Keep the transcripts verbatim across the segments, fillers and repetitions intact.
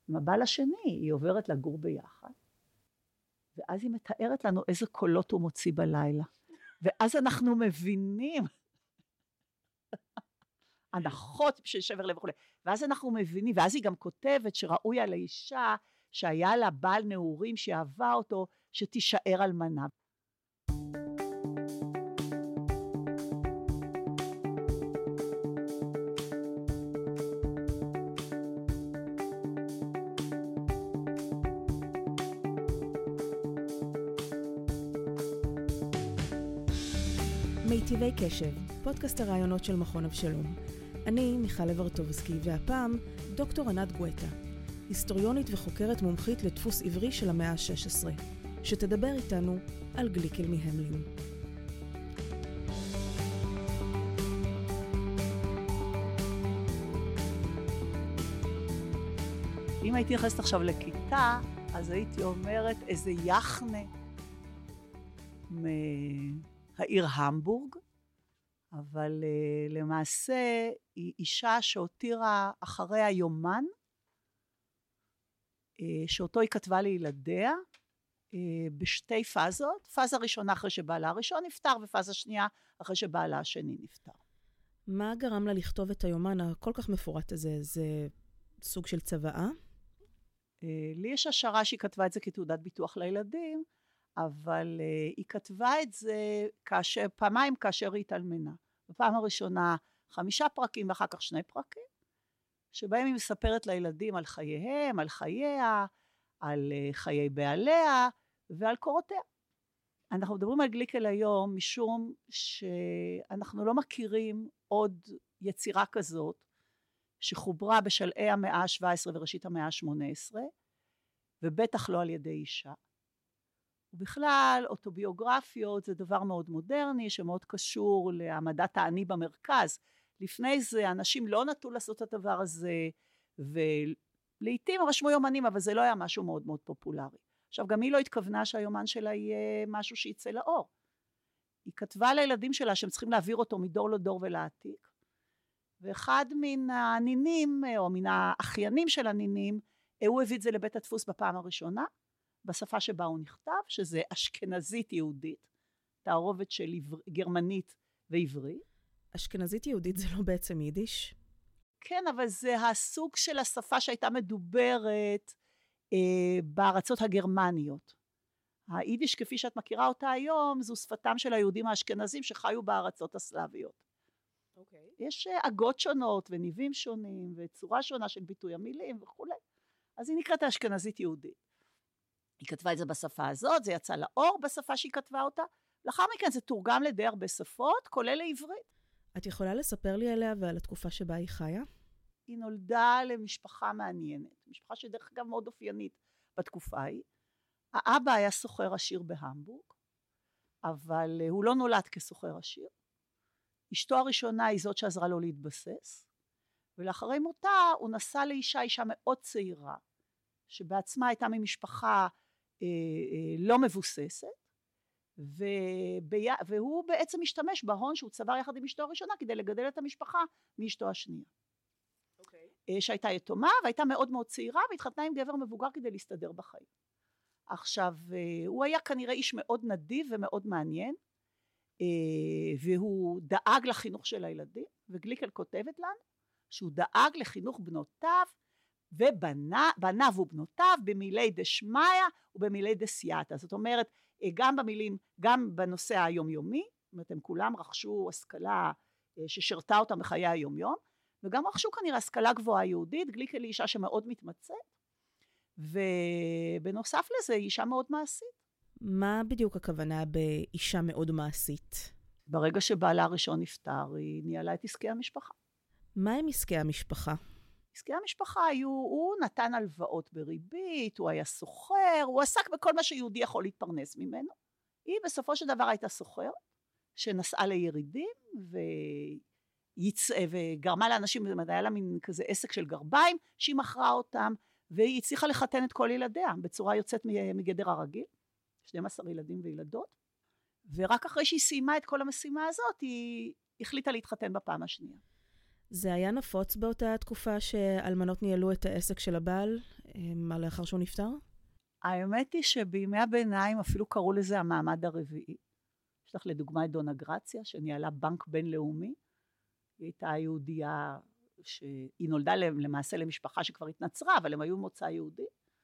עם הבעל השני, היא עוברת לגור ביחד, ואז היא מתארת לנו איזה קולות הוא מוציא בלילה. ואז אנחנו מבינים, הנחות של שבר לב וכו'. ואז אנחנו מבינים, ואז היא גם כותבת שראוי על האישה, שהיה לה בעל נעורים שאהבה אותו, שתישאר אלמנה. מיטיבי קשב, פודקאסט הרעיונות של מכון אבשלום. אני מיכל לברטובסקי, והפעם דוקטור ענת גואטה, היסטוריונית וחוקרת מומחית לדפוס עברי של המאה ה-שש עשרה, שתדבר איתנו על גליקל מהמלין. אם הייתי נכנסת עכשיו לכיתה, אז הייתי אומרת איזה יחנה מהעיר המבורג, אבל uh, למעשה היא אישה שהותירה אחריה יומן, uh, שאותו היא כתבה לילדיה, uh, בשתי פאזות, פאזה ראשונה אחרי שבעלה הראשון נפטר, ופאזה שנייה אחרי שבעלה השני נפטר. מה גרם לה לכתוב את היומן הכל כך מפורט הזה? זה סוג של צוואה? Uh, לי יש השערה שהיא כתבה את זה כתעודת ביטוח לילדים, אבל uh, היא כתבה את זה כאשר, פעמיים כאשר היא התאלמנה. בפעם הראשונה חמישה פרקים ואחר כך שני פרקים, שבהם היא מספרת לילדים על חייהם, על חייה, על uh, חיי בעליה ועל קורותיה. אנחנו מדברים על גליקל היום משום שאנחנו לא מכירים עוד יצירה כזאת, שחוברה בשלהי המאה ה-שבע עשרה וראשית המאה ה-שמונה עשרה, ובטח לא על ידי אישה. ובכלל, אוטוביוגרפיות זה דבר מאוד מודרני, שמאוד קשור להעמדת העני במרכז. לפני זה, אנשים לא נטו לעשות את הדבר הזה, ולעיתים רשמו יומנים, אבל זה לא היה משהו מאוד מאוד פופולרי. עכשיו, גם היא לא התכוונה שהיומן שלה יהיה משהו שיצא לאור. היא כתבה לילדים שלה שהם צריכים להעביר אותו מדור לדור ולעתיק, ואחד מן הנינים, או מן האחיינים של הנינים, הוא הביא את זה לבית הדפוס בפעם הראשונה, בשפה שבה הוא נכתב, שזה אשכנזית יהודית, תערובת של עבר... גרמנית ועברית. אשכנזית יהודית זה לא בעצם יידיש? כן, אבל זה הסוג של השפה שהייתה מדוברת אה, בארצות הגרמניות. היידיש, כפי שאת מכירה אותה היום, זו שפתם של היהודים האשכנזים שחיו בארצות הסלאביות. אוקיי. יש אגות שונות וניבים שונים וצורה שונה של ביטוי המילים וכו'. אז היא נקראת האשכנזית יהודית. היא כתבה את זה בשפה הזאת, זה יצא לאור בשפה שהיא כתבה אותה. לאחר מכן זה תורגם לדי הרבה שפות, כולל לעברית. את יכולה לספר לי עליה ועל התקופה שבה היא חיה? היא נולדה למשפחה מעניינת, משפחה שדרך אגב מאוד אופיינית בתקופה ההיא. האבא היה סוחר עשיר בהמבורג, אבל הוא לא נולד כסוחר עשיר. אשתו הראשונה היא זאת שעזרה לו להתבסס, ולאחרי מותה הוא נסע לאישה, אישה מאוד צעירה, שבעצמה הייתה ממשפחה אה, אה, לא מבוססת, ובי... והוא בעצם משתמש בהון שהוא צבר יחד עם אשתו הראשונה, כדי לגדל את המשפחה מאשתו השנייה. אוקיי. אה, שהייתה יתומה, והייתה מאוד מאוד צעירה, והתחתנה עם גבר מבוגר כדי להסתדר בחיים. עכשיו, אה, הוא היה כנראה איש מאוד נדיב ומאוד מעניין, אה, והוא דאג לחינוך של הילדים, וגליקל כותבת לנו, שהוא דאג לחינוך בנותיו, ובניו ובנותיו במילי דשמיא ובמילי דסייעתא. זאת אומרת, גם במילים, גם בנושא היומיומי, זאת אומרת, הם כולם רכשו השכלה ששרתה אותם בחיי היומיום, וגם רכשו כנראה השכלה גבוהה יהודית. גליקל היא אישה שמאוד מתמצאת, ובנוסף לזה היא אישה מאוד מעשית. מה בדיוק הכוונה באישה מאוד מעשית? ברגע שבעלה הראשון נפטר, היא ניהלה את עסקי המשפחה. מה הם עסקי המשפחה? עסקי המשפחה היו, הוא נתן הלוואות בריבית, הוא היה סוחר, הוא עסק בכל מה שיהודי יכול להתפרנס ממנו. היא בסופו של דבר הייתה סוחר, שנסעה לירידים, ויצ... וגרמה לאנשים, היה לה מין כזה עסק של גרביים, שהיא מכרה אותם, והיא הצליחה לחתן את כל ילדיה, בצורה יוצאת מגדר הרגיל, שנים עשר ילדים וילדות, ורק אחרי שהיא סיימה את כל המשימה הזאת, היא החליטה להתחתן בפעם השנייה. זה היה נפוץ באותה תקופה שאלמנות ניהלו את העסק של הבעל, מה לאחר שהוא נפטר? האמת היא שבימי הביניים אפילו קראו לזה המעמד הרביעי. יש לך לדוגמה את דונה גרציה, שניהלה בנק בינלאומי. היא הייתה יהודייה, שהיא נולדה למעשה למשפחה שכבר התנצרה, אבל הם היו מוצא יהודי.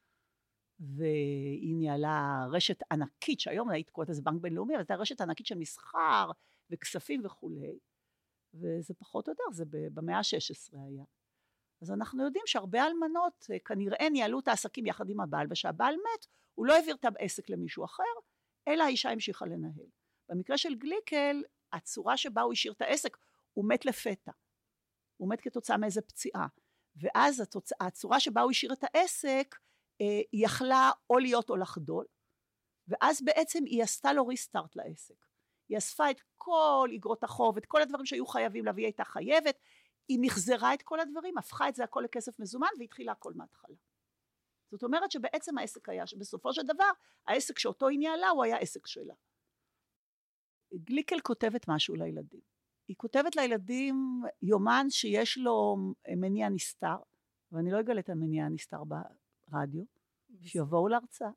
והיא ניהלה רשת ענקית, שהיום היית קוראת לזה בנק בינלאומי, אבל הייתה רשת ענקית של מסחר וכספים וכולי. וזה פחות או יותר, זה במאה ה-שש עשרה היה. אז אנחנו יודעים שהרבה אלמנות כנראה ניהלו את העסקים יחד עם הבעל, ושהבעל מת, הוא לא העביר את העסק למישהו אחר, אלא האישה המשיכה לנהל. במקרה של גליקל, הצורה שבה הוא השאיר את העסק, הוא מת לפתע. הוא מת כתוצאה מאיזה פציעה. ואז התוצ... הצורה שבה הוא השאיר את העסק, אה, היא יכלה או להיות או לחדול, ואז בעצם היא עשתה לו ריסטארט לעסק. היא אספה את כל אגרות החוב, את כל הדברים שהיו חייבים להביא, הייתה חייבת, היא מחזרה את כל הדברים, הפכה את זה הכל לכסף מזומן, והתחילה הכל מההתחלה. זאת אומרת שבעצם העסק היה, שבסופו של דבר, העסק שאותו היא ניהלה, הוא היה עסק שלה. גליקל כותבת משהו לילדים. היא כותבת לילדים יומן שיש לו מניע נסתר, ואני לא אגלה את המניע הנסתר ברדיו, שיבואו להרצאה.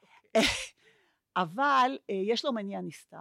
אבל יש לו מניע נסתר,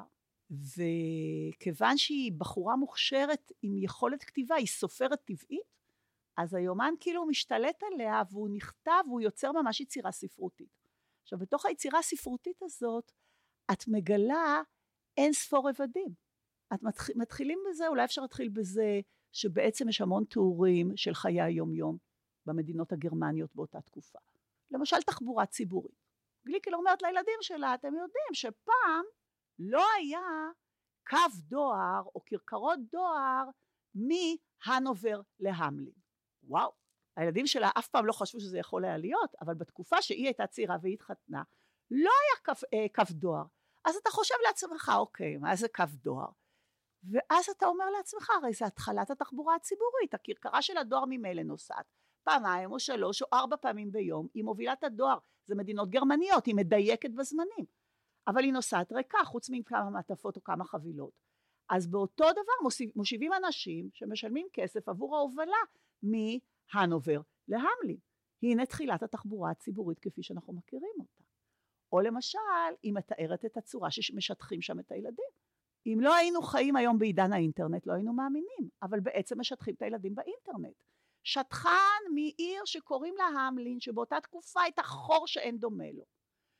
וכיוון שהיא בחורה מוכשרת עם יכולת כתיבה, היא סופרת טבעית, אז היומן כאילו משתלט עליה, והוא נכתב, והוא יוצר ממש יצירה ספרותית. עכשיו, בתוך היצירה הספרותית הזאת, את מגלה אין ספור רבדים. את מתח... מתחילים בזה, אולי אפשר להתחיל בזה, שבעצם יש המון תיאורים של חיי היום-יום, במדינות הגרמניות באותה תקופה. למשל, תחבורה ציבורית. גליקל אומרת לילדים שלה, אתם יודעים שפעם לא היה קו דואר או כרכרות דואר מהנובר להמלין. וואו, הילדים שלה אף פעם לא חשבו שזה יכול היה להיות, אבל בתקופה שהיא הייתה צעירה והיא התחתנה, לא היה קו, אה, קו דואר. אז אתה חושב לעצמך, אוקיי, מה זה קו דואר? ואז אתה אומר לעצמך, הרי זה התחלת התחבורה הציבורית, הכרכרה של הדואר ממילא נוסעת. פעמיים או שלוש או ארבע פעמים ביום, היא מובילה את הדואר, זה מדינות גרמניות, היא מדייקת בזמנים. אבל היא נוסעת ריקה, חוץ מכמה מעטפות או כמה חבילות. אז באותו דבר מושיבים אנשים שמשלמים כסף עבור ההובלה מהנובר להמלין. הנה תחילת התחבורה הציבורית כפי שאנחנו מכירים אותה. או למשל, היא מתארת את הצורה שמשטחים שם את הילדים. אם לא היינו חיים היום בעידן האינטרנט, לא היינו מאמינים, אבל בעצם משטחים את הילדים באינטרנט. שטחן מעיר שקוראים לה המלין, שבאותה תקופה הייתה חור שאין דומה לו.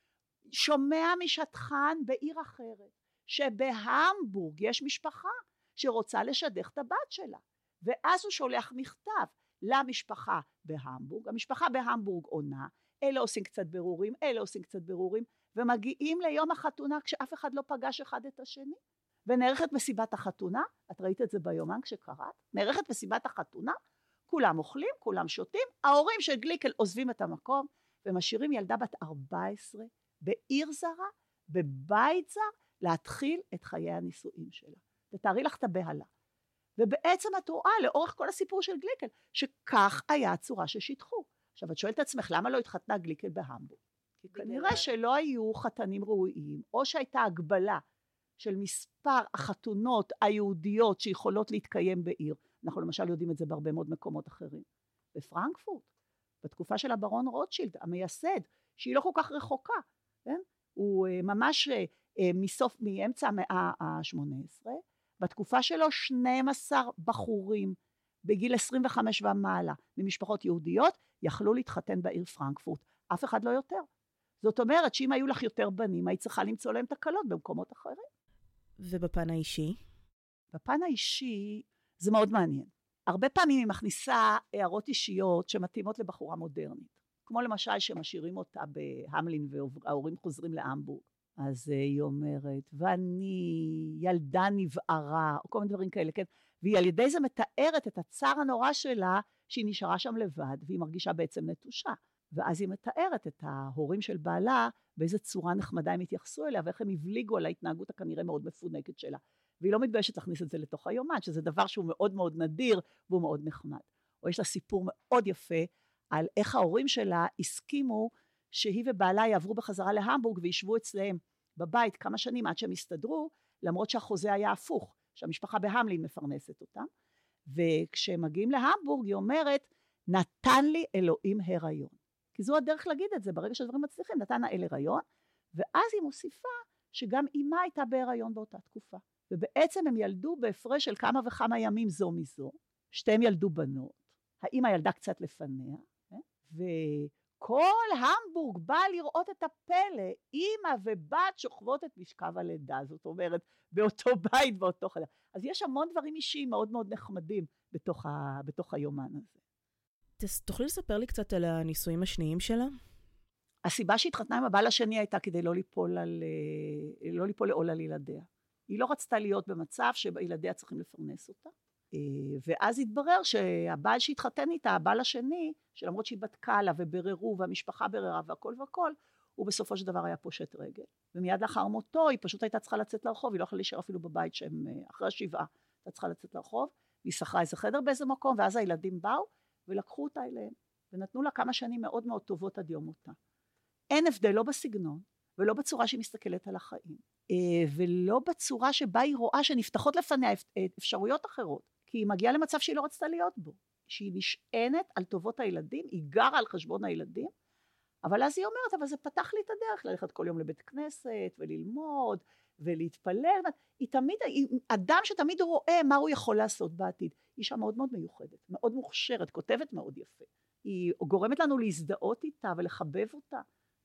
שומע משטחן בעיר אחרת, שבהמבורג יש משפחה שרוצה לשדך את הבת שלה, ואז הוא שולח מכתב למשפחה בהמבורג, המשפחה בהמבורג עונה, אלה עושים קצת ברורים, אלה עושים קצת ברורים, ומגיעים ליום החתונה כשאף אחד לא פגש אחד את השני, ונערכת מסיבת החתונה, את ראית את זה ביומן כשקראת, נערכת מסיבת החתונה, כולם אוכלים, כולם שותים, ההורים של גליקל עוזבים את המקום, ומשאירים ילדה בת ארבע עשרה, בעיר זרה, בבית זר, להתחיל את חיי הנישואים שלה. תתארי לך את הבהלה. ובעצם את רואה לאורך כל הסיפור של גליקל, שכך היה הצורה ששיתחו. עכשיו את שואלת את עצמך, למה לא התחתנה גליקל בהמבורג? כי כנראה שלא היו חתנים ראויים, או שהייתה הגבלה של מספר החתונות היהודיות שיכולות להתקיים בעיר. אנחנו למשל יודעים את זה בהרבה מאוד מקומות אחרים. בפרנקפורט, בתקופה של הברון רוטשילד, המייסד, שהיא לא כל כך רחוקה, כן? הוא ממש מסוף, מאמצע המאה ה-שמונה עשרה, בתקופה שלו שנים עשר בחורים בגיל עשרים וחמש ומעלה ממשפחות יהודיות יכלו להתחתן בעיר פרנקפורט, אף אחד לא יותר. זאת אומרת שאם היו לך יותר בנים, היית צריכה למצוא להם תקלות במקומות אחרים. ובפן האישי? בפן האישי זה מאוד מעניין. הרבה פעמים היא מכניסה הערות אישיות שמתאימות לבחורה מודרנית. כמו למשל שמשאירים אותה בהמלין וההורים חוזרים להמבורג. אז היא אומרת, ואני ילדה נבערה, או כל מיני דברים כאלה, כן? והיא על ידי זה מתארת את הצער הנורא שלה, שהיא נשארה שם לבד, והיא מרגישה בעצם נטושה. ואז היא מתארת את ההורים של בעלה, באיזה צורה נחמדה הם התייחסו אליה, ואיך הם הבליגו על ההתנהגות הכנראה מאוד מפונקת שלה. והיא לא מתביישת להכניס את זה לתוך היומן, שזה דבר שהוא מאוד מאוד נדיר, והוא מאוד נחמד. או יש לה סיפור מאוד יפה, על איך ההורים שלה הסכימו שהיא ובעלה יעברו בחזרה להמבורג וישבו אצלהם בבית כמה שנים עד שהם הסתדרו, למרות שהחוזה היה הפוך, שהמשפחה בהמלין מפרנסת אותם, וכשהם מגיעים להמבורג היא אומרת, נתן לי אלוהים הריון, כי זו הדרך להגיד את זה, ברגע שהדברים מצליחים, נתן האל הריון, ואז היא מוסיפה שגם אימה הייתה בהיריון באותה תקופה. ובעצם הם ילדו בהפרש של כמה וכמה ימים זו מזו, שתיהם ילדו בנות, האמא ילדה קצת לפניה, וכל המבורג בא לראות את הפלא, אמא ובת שוכבות את משכב הלידה, זאת אומרת, באותו בית, באותו חדר. אז יש המון דברים אישיים מאוד מאוד נחמדים בתוך, ה, בתוך היומן הזה. תוכלי לספר לי קצת על הניסויים השניים שלה? הסיבה שהתחתנה עם הבעל השני הייתה כדי לא ליפול, על, לא ליפול לעול על ילדיה. היא לא רצתה להיות במצב שילדיה צריכים לפרנס אותה. ואז התברר שהבעל שהתחתן איתה, הבעל השני, שלמרות שהיא בדקה לה ובררו והמשפחה בררה והכל והכל, הוא בסופו של דבר היה פושט רגל. ומיד לאחר מותו היא פשוט הייתה צריכה לצאת לרחוב, היא לא יכולה להישאר אפילו בבית שהם אחרי השבעה, הייתה צריכה לצאת לרחוב, והיא שכרה איזה חדר באיזה מקום, ואז הילדים באו ולקחו אותה אליהם, ונתנו לה כמה שנים מאוד מאוד טובות עד יום מותה. אין הבדל לא בסגנון, ולא בצורה שהיא מסתכלת על החיים, ולא בצורה שבה היא רואה שנפתחות לפניה אפשרויות אחרות, כי היא מגיעה למצב שהיא לא רצתה להיות בו, שהיא נשענת על טובות הילדים, היא גרה על חשבון הילדים, אבל אז היא אומרת, אבל זה פתח לי את הדרך, ללכת כל יום לבית כנסת, וללמוד, ולהתפלל, היא תמיד, היא אדם שתמיד רואה מה הוא יכול לעשות בעתיד, היא אישה מאוד מאוד מיוחדת, מאוד מוכשרת, כותבת מאוד יפה, היא גורמת לנו להזדהות איתה ולחבב אותה.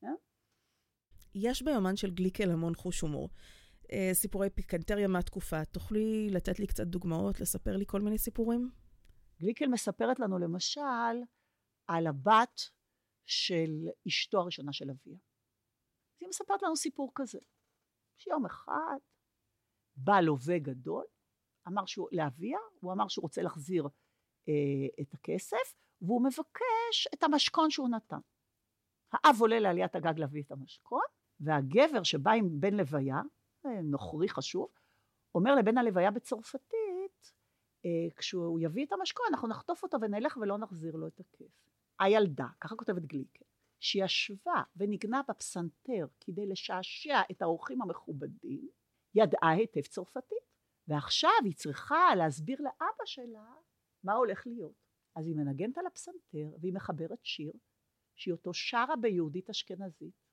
יש ביומן של גליקל המון חוש הומור, סיפורי פיקנטריה מהתקופה, תוכלי לתת לי קצת דוגמאות, לספר לי כל מיני סיפורים? גליקל מספרת לנו למשל על הבת של אשתו הראשונה של אביה. היא מספרת לנו סיפור כזה, שיום אחד בא לווה גדול, אמר שהוא לאביה, הוא אמר שהוא רוצה להחזיר אה, את הכסף, והוא מבקש את המשכון שהוא נתן. האב עולה לעליית הגג להביא את המשכון, והגבר שבא עם בן לוויה, נוכרי חשוב, אומר לבן הלוויה בצרפתית, כשהוא יביא את המשכון, אנחנו נחטוף אותו ונלך ולא נחזיר לו את הכסף. הילדה, ככה כותבת גליקל, שישבה ונגנה בפסנתר כדי לשעשע את האורחים המכובדים, ידעה היטב צרפתית, ועכשיו היא צריכה להסביר לאבא שלה מה הולך להיות. אז היא מנגנת על הפסנתר והיא מחברת שיר, שהיא אותו שרה ביהודית אשכנזית.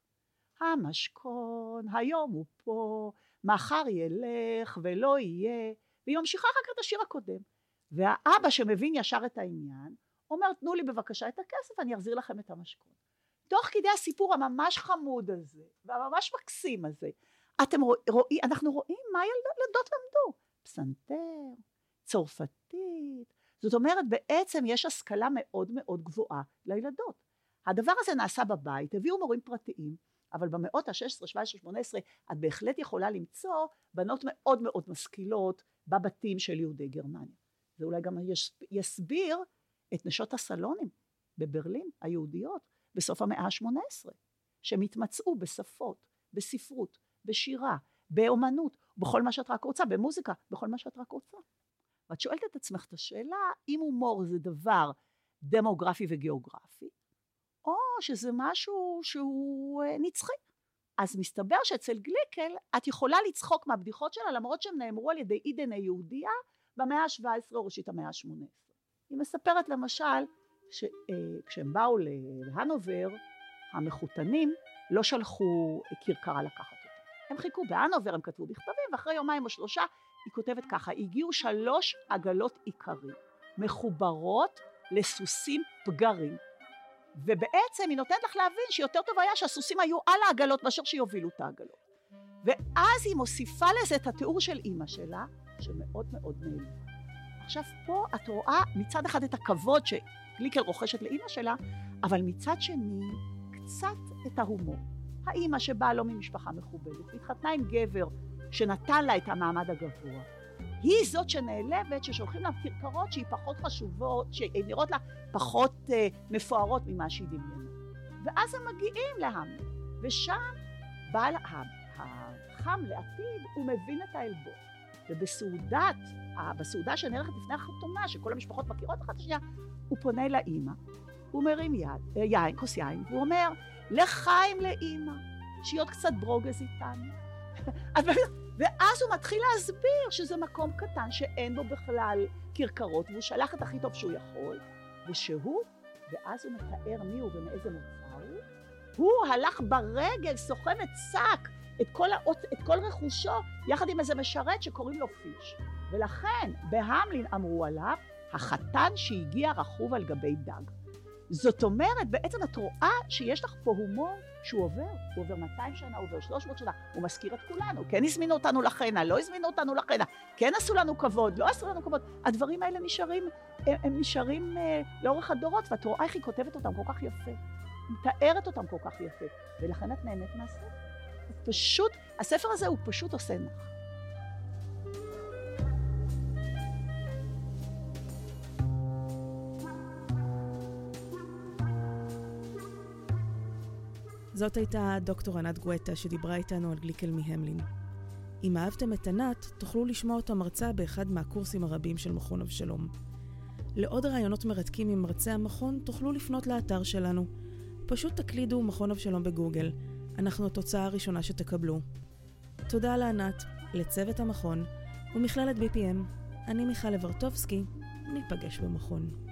המשכון, היום הוא פה, מחר ילך ולא יהיה, והיא ממשיכה אחר כך את השיר הקודם. והאבא שמבין ישר את העניין, אומר, תנו לי בבקשה את הכסף, אני אחזיר לכם את המשכון. תוך כדי הסיפור הממש חמוד הזה, והממש מקסים הזה, אתם רואים, אנחנו רואים מה ילדות למדו. פסנתר, צרפתית, זאת אומרת, בעצם יש השכלה מאוד מאוד גבוהה לילדות. הדבר הזה נעשה בבית, הביאו מורים פרטיים, אבל במאות ה-שש עשרה, שבע עשרה, שמונה עשרה, את בהחלט יכולה למצוא בנות מאוד מאוד משכילות בבתים של יהודי גרמניה. זה אולי גם יסביר את נשות הסלונים בברלין, היהודיות, בסוף המאה ה-שמונה עשרה, שמתמצאו בשפות, בספרות, בשירה, באומנות, בכל מה שאת רק רוצה, במוזיקה, בכל מה שאת רק רוצה. ואת שואלת את עצמך את השאלה, אם הומור זה דבר דמוגרפי וגיאוגרפי, או שזה משהו שהוא נצחי. אז מסתבר שאצל גליקל את יכולה לצחוק מהבדיחות שלה, למרות שהם נאמרו על ידי עידן היהודיה במאה ה-שבע עשרה או ראשית המאה ה-שמונה עשרה. היא מספרת למשל שכשהם באו להנובר, המחותנים לא שלחו כרכרה לקחת אותה. הם חיכו בהנובר, הם כתבו בכתבים, ואחרי יומיים או שלושה היא כותבת ככה, הגיעו שלוש עגלות עיקרים, מחוברות לסוסים פגרים. ובעצם היא נותנת לך להבין שיותר טוב היה שהסוסים היו על העגלות מאשר שיובילו את העגלות. ואז היא מוסיפה לזה את התיאור של אמא שלה, שמאוד מאוד נעלבה. עכשיו פה את רואה מצד אחד את הכבוד שגליקל רוכשת לאמא שלה, אבל מצד שני קצת את ההומור. האמא שבאה לא ממשפחה מכובדת, והתחתנה עם גבר שנתן לה את המעמד הגבוה. היא זאת שנעלבת ששולחים לה כרכרות שהיא פחות חשובות, שהיא נראות לה פחות uh, מפוארות ממה שהיא דמיינה. ואז הם מגיעים להמלט, ושם בעל החם לעתיד הוא מבין את העלבון. ובסעודת, בסעודה שנערכת לפני החתונה, שכל המשפחות מכירות אחת השנייה, הוא פונה לאמא, הוא מרים יד, יין, כוס יין, והוא אומר, לחיים לאמא, שהיא עוד קצת ברוגז איתנו. ואז הוא מתחיל להסביר שזה מקום קטן שאין בו בכלל כרכרות, והוא שלח את הכי טוב שהוא יכול, ושהוא ואז הוא מתאר מי הוא ומאיזה מוצא הוא. הוא הלך ברגל, סוחבת שק, את כל, האות, את כל רכושו, יחד עם איזה משרת שקוראים לו פיש. ולכן בהמלין אמרו עליו, החתן שהגיע רכוב על גבי דג. זאת אומרת, בעצם את רואה שיש לך פה הומור שהוא עובר, הוא עובר מאתיים שנה, הוא עובר שלוש מאות שנה, הוא מזכיר את כולנו, כן הזמינו אותנו לחנה, לא הזמינו אותנו לחנה, כן עשו לנו כבוד, לא עשו לנו כבוד, הדברים האלה נשארים, הם, הם נשארים אה, לאורך הדורות, ואת רואה איך היא כותבת אותם כל כך יפה, מתארת אותם כל כך יפה, ולכן את נהנית מהספר. פשוט, הספר הזה הוא פשוט עושה נח. זאת הייתה דוקטור ענת גואטה שדיברה איתנו על גליקל מהמלין. אם אהבתם את ענת, תוכלו לשמוע אותה מרצה באחד מהקורסים הרבים של מכון אבשלום. לעוד רעיונות מרתקים עם מרצי המכון, תוכלו לפנות לאתר שלנו. פשוט תקלידו מכון אבשלום בגוגל. אנחנו התוצאה הראשונה שתקבלו. תודה לענת, לצוות המכון ומכללת בי פי אם. אני מיכל לברטובסקי, ניפגש במכון.